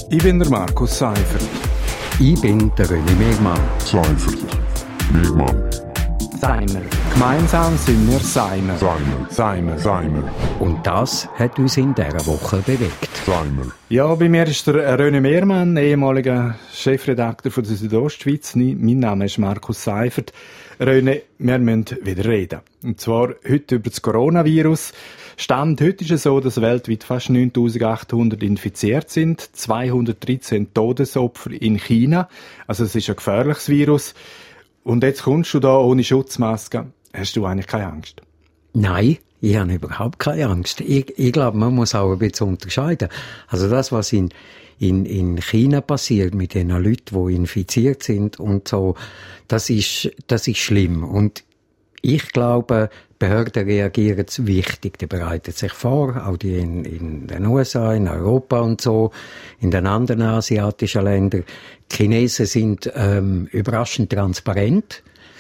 Ich bin der Markus Seifert. Ich bin der René Megmann. Seifert. Megmann. Seimer. Gemeinsam sind wir Seimer. Seimer. Und das hat uns in dieser Woche bewegt. Seimer. Ja, bei mir ist der René Megmann, ehemaliger Chefredakteur von der Südostschweiz. Mein Name ist Markus Seifert. René, wir müssen wieder reden. Und zwar heute über das Coronavirus. Stand heute ist es so, dass weltweit fast 9'800 infiziert sind, 213 Todesopfer in China. Also es ist ein gefährliches Virus. Und jetzt kommst du da ohne Schutzmaske. Hast du eigentlich keine Angst? Nein, ich habe überhaupt keine Angst. Ich glaube, man muss auch ein bisschen unterscheiden. Also das, was in China passiert mit den Leuten, die infiziert sind und so, das ist schlimm. Und ich glaube, Behörden reagieren wichtig. Die bereiten sich vor, auch die in den USA, in Europa und so, in den anderen asiatischen Ländern. Die Chinesen sind überraschend transparent.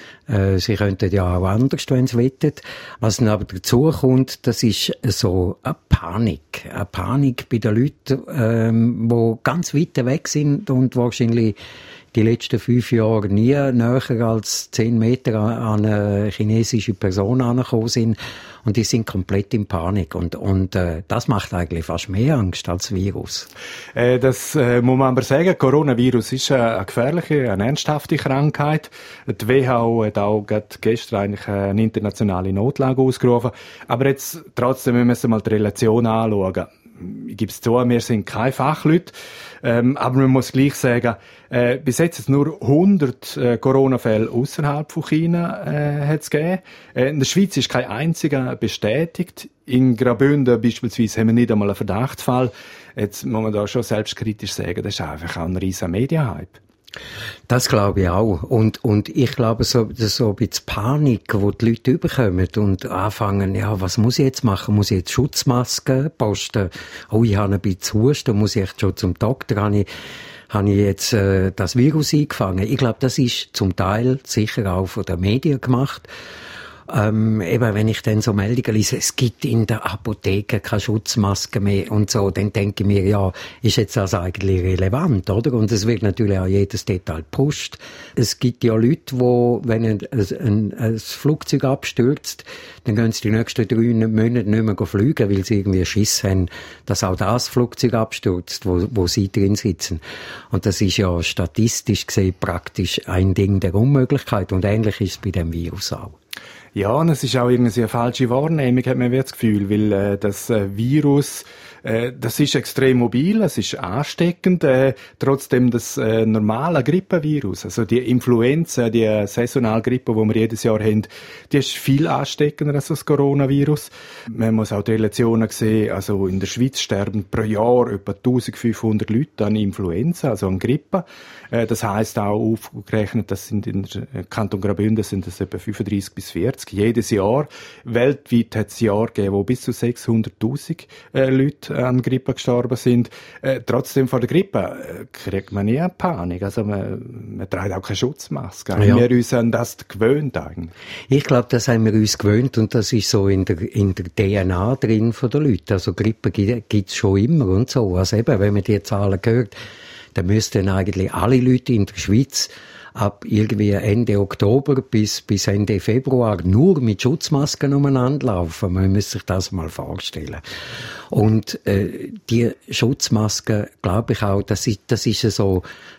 Sie könnten ja auch anders, wenn sie wollen. Was dann aber dazu kommt, das ist so eine Panik. Eine Panik bei den Leuten, die ganz weit weg sind und wahrscheinlich die letzten 5 Jahre nie näher als 10 Meter an eine chinesische Person angekommen sind. Und die sind komplett in Panik. Und das macht eigentlich fast mehr Angst als Virus. Das muss man aber sagen. Coronavirus ist eine gefährliche, eine ernsthafte Krankheit. Die WHO hat auch gestern eigentlich eine internationale Notlage ausgerufen. Aber jetzt trotzdem müssen wir mal die Relation anschauen. Ich gebe es zu, wir sind keine Fachleute, aber man muss gleich sagen, bis jetzt es nur 100 Corona-Fälle außerhalb von China hat es gegeben. In der Schweiz ist kein einziger bestätigt. In Graubünden beispielsweise haben wir nicht einmal einen Verdachtsfall. Jetzt muss man da schon selbstkritisch sagen, das ist einfach auch ein riesen Medienhype. Das glaube ich auch. Und ich glaube, so ein bisschen Panik, wo die Leute überkommen und anfangen, ja, was muss ich jetzt machen? Muss ich jetzt Schutzmasken posten? Oh, ich habe ein bisschen Husten, muss ich echt schon zum Doktor? Habe ich jetzt das Virus eingefangen? Ich glaube, das ist zum Teil sicher auch von den Medien gemacht. Eben, wenn ich dann so Meldungen lese, es gibt in der Apotheke keine Schutzmaske mehr und so, dann denke ich mir, ja, ist jetzt das eigentlich relevant, oder? Und es wird natürlich auch jedes Detail gepusht. Es gibt ja Leute, wo, wenn ein Flugzeug abstürzt, dann gehen sie die nächsten 3 Monate nicht mehr fliegen, weil sie irgendwie Schiss haben, dass auch das Flugzeug abstürzt, wo sie drin sitzen. Und das ist ja statistisch gesehen praktisch ein Ding der Unmöglichkeit. Und ähnlich ist es bei dem Virus auch. Ja, und es ist auch irgendwie eine falsche Wahrnehmung, hat man das Gefühl, weil das Virus, das ist extrem mobil, es ist ansteckend, trotzdem das normale Grippevirus, also die Influenza, die saisonale Grippe, die wir jedes Jahr haben, die ist viel ansteckender als das Coronavirus. Man muss auch die Relationen sehen, also in der Schweiz sterben pro Jahr etwa 1500 Leute an Influenza, also an Grippe. Das heisst auch aufgerechnet, das sind in der Kanton Graubünden sind das etwa 35 bis 40 jedes Jahr. Weltweit hat es Jahre gegeben, wo bis zu 600'000 Leute an Grippe gestorben sind. Trotzdem vor der Grippe kriegt man nie Panik. Also man trägt auch keine Schutzmaske. Ja. Wir uns an das gewöhnt eigentlich. Ich glaube, das haben wir uns gewöhnt und das ist so in der DNA drin von den Leuten. Also Grippe gibt's schon immer und so. Also eben, wenn man die Zahlen hört, dann müssten eigentlich alle Leute in der Schweiz ab irgendwie Ende Oktober bis Ende Februar nur mit Schutzmasken umeinander laufen. Man muss sich das mal vorstellen. Und die Schutzmasken, glaube ich auch, das ist so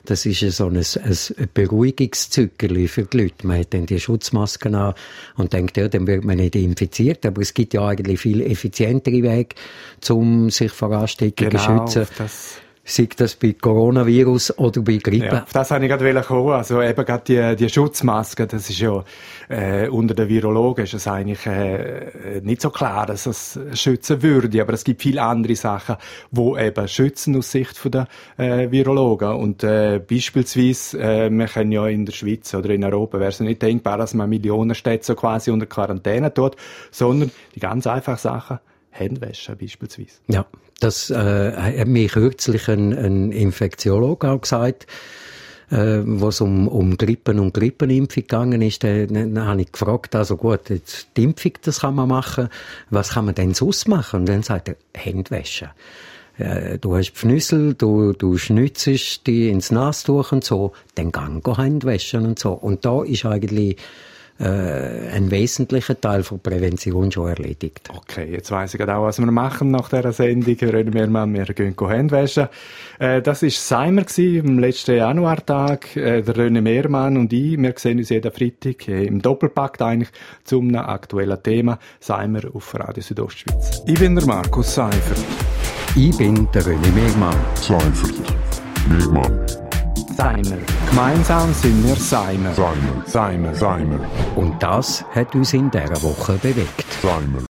ein Beruhigungszückerli für die Leute. Man hat dann die Schutzmasken an und denkt, ja, dann wird man nicht infiziert. Aber es gibt ja eigentlich viel effizientere Wege, um sich vor Ansteckungen zu schützen. Sei das bei Coronavirus oder bei Grippe? Ja, auf das wollte ich gerade kommen. Also eben gerade die Schutzmaske, das ist ja, unter den Virologen ist es eigentlich nicht so klar, dass es schützen würde. Aber es gibt viele andere Sachen, die eben schützen aus Sicht der Virologen. Und beispielsweise, wir können ja in der Schweiz oder in Europa, wäre es nicht denkbar, dass man Millionen Städte so quasi unter Quarantäne tut, sondern die ganz einfachen Sachen, Händewaschen beispielsweise. Ja, das hat mir kürzlich ein Infektiologe auch gesagt, wo es um Grippen und Grippenimpfung gegangen ist. Dann habe ich gefragt, also gut, jetzt die Impfung, das kann man machen, was kann man denn sonst machen? Und dann sagt er, Händewaschen. du hast Pfnüssel, du schnitzest die ins Nasstuch und so, dann geh Hände waschen und so. Und da ist eigentlich ein wesentlicher Teil von Prävention schon erledigt. Okay, jetzt weiss ich auch, was wir machen nach dieser Sendung. René Mehrmann, wir gehen Hände waschen. Das war Seimer am letzten Januartag. Der René Mehrmann und ich, wir sehen uns jeden Freitag im Doppelpakt eigentlich zu einem aktuellen Thema. Seimer auf Radio Südostschweiz. Ich bin der Markus Seifert. Ich bin der René Mehrmann. Seifert. Mehrmann. Seimer. Gemeinsam sind wir Seimer. Seimer. Seimer. Seimer. Und das hat uns in dieser Woche bewegt. Seimer.